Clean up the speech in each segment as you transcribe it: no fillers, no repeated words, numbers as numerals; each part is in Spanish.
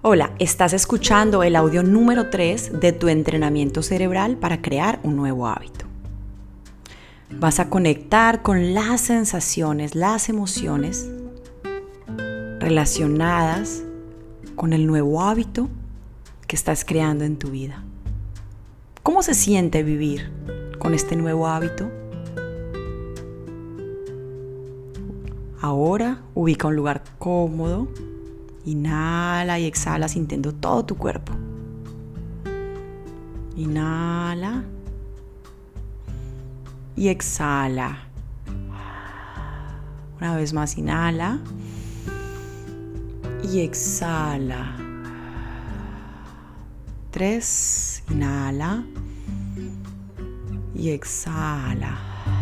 Hola, estás escuchando el audio número 3 de tu entrenamiento cerebral para crear un nuevo hábito. Vas a conectar con las sensaciones, las emociones relacionadas con el nuevo hábito que estás creando en tu vida. ¿Cómo se siente vivir con este nuevo hábito? Ahora ubica un lugar cómodo. Inhala y exhala sintiendo todo tu cuerpo. Inhala y exhala. Una vez más, inhala y exhala. 3, inhala y exhala.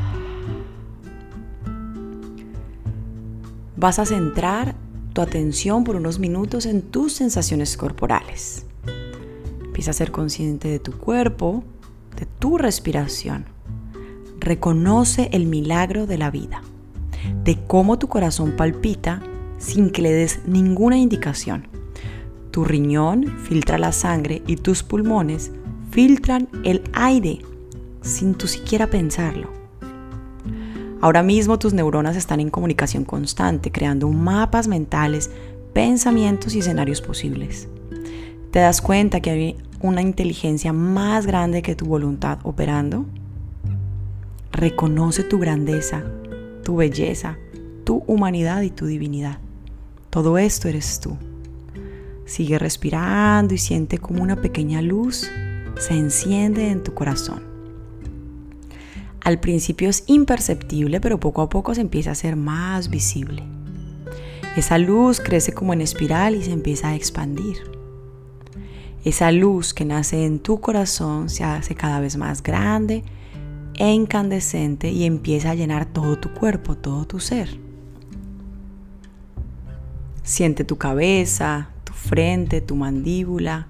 Vas a centrar tu atención por unos minutos en tus sensaciones corporales. Empieza a ser consciente de tu cuerpo, de tu respiración. Reconoce el milagro de la vida, de cómo tu corazón palpita sin que le des ninguna indicación. Tu riñón filtra la sangre y tus pulmones filtran el aire sin tú siquiera pensarlo. Ahora mismo tus neuronas están en comunicación constante, creando mapas mentales, pensamientos y escenarios posibles. ¿Te das cuenta que hay una inteligencia más grande que tu voluntad operando? Reconoce tu grandeza, tu belleza, tu humanidad y tu divinidad. Todo esto eres tú. Sigue respirando y siente como una pequeña luz se enciende en tu corazón. Al principio es imperceptible, pero poco a poco se empieza a hacer más visible. Esa luz crece como en espiral y se empieza a expandir. Esa luz que nace en tu corazón se hace cada vez más grande e incandescente y empieza a llenar todo tu cuerpo, todo tu ser. Siente tu cabeza, tu frente, tu mandíbula.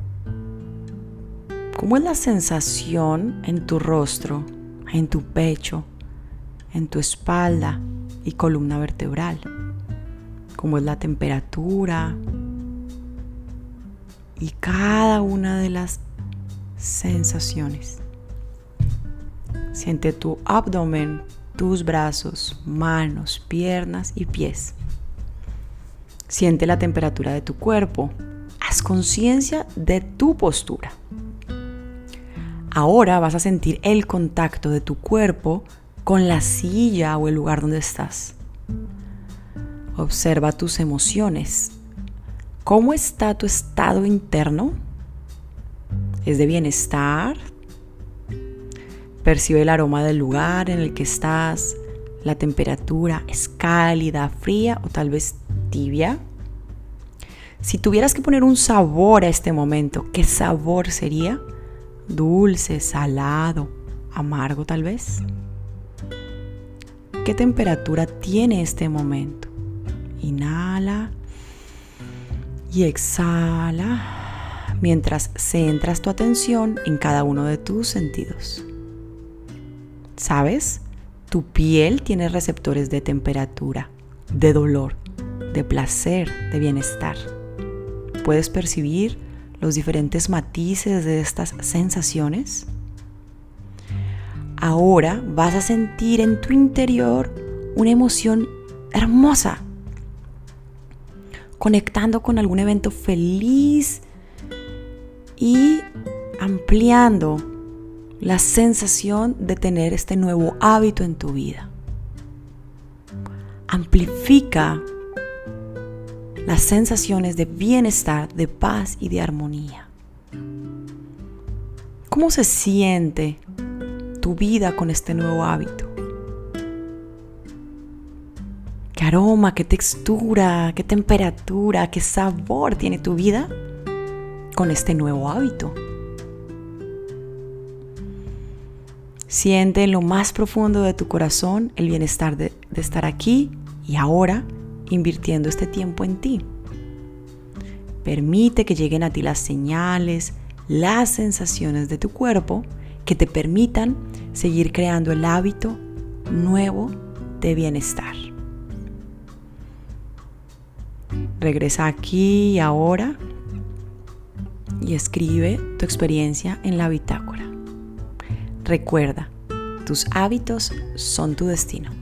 ¿Cómo es la sensación en tu rostro, en tu pecho, en tu espalda y columna vertebral? ¿Cómo es la temperatura? Y cada una de las sensaciones. Siente tu abdomen, tus brazos, manos, piernas y pies. Siente la temperatura de tu cuerpo. Haz conciencia de tu postura. Ahora vas a sentir el contacto de tu cuerpo con la silla o el lugar donde estás. Observa tus emociones. ¿Cómo está tu estado interno? ¿Es de bienestar? Percibe el aroma del lugar en el que estás. La temperatura es cálida, fría o tal vez tibia. Si tuvieras que poner un sabor a este momento, ¿qué sabor sería? Dulce, salado, amargo tal vez. ¿Qué temperatura tiene este momento? Inhala y exhala mientras centras tu atención en cada uno de tus sentidos. ¿Sabes? Tu piel tiene receptores de temperatura, de dolor, de placer, de bienestar. ¿Puedes percibir los diferentes matices de estas sensaciones? Ahora vas a sentir en tu interior una emoción hermosa, conectando con algún evento feliz y ampliando la sensación de tener este nuevo hábito en tu vida. Amplifica las sensaciones de bienestar, de paz y de armonía. ¿Cómo se siente tu vida con este nuevo hábito? ¿Qué aroma, qué textura, qué temperatura, qué sabor tiene tu vida con este nuevo hábito? Siente en lo más profundo de tu corazón el bienestar de estar aquí y ahora, invirtiendo este tiempo en ti. Permite que lleguen a ti las señales, las sensaciones de tu cuerpo que te permitan seguir creando el hábito nuevo de bienestar. Regresa aquí y ahora y escribe tu experiencia en la bitácora. Recuerda, tus hábitos son tu destino.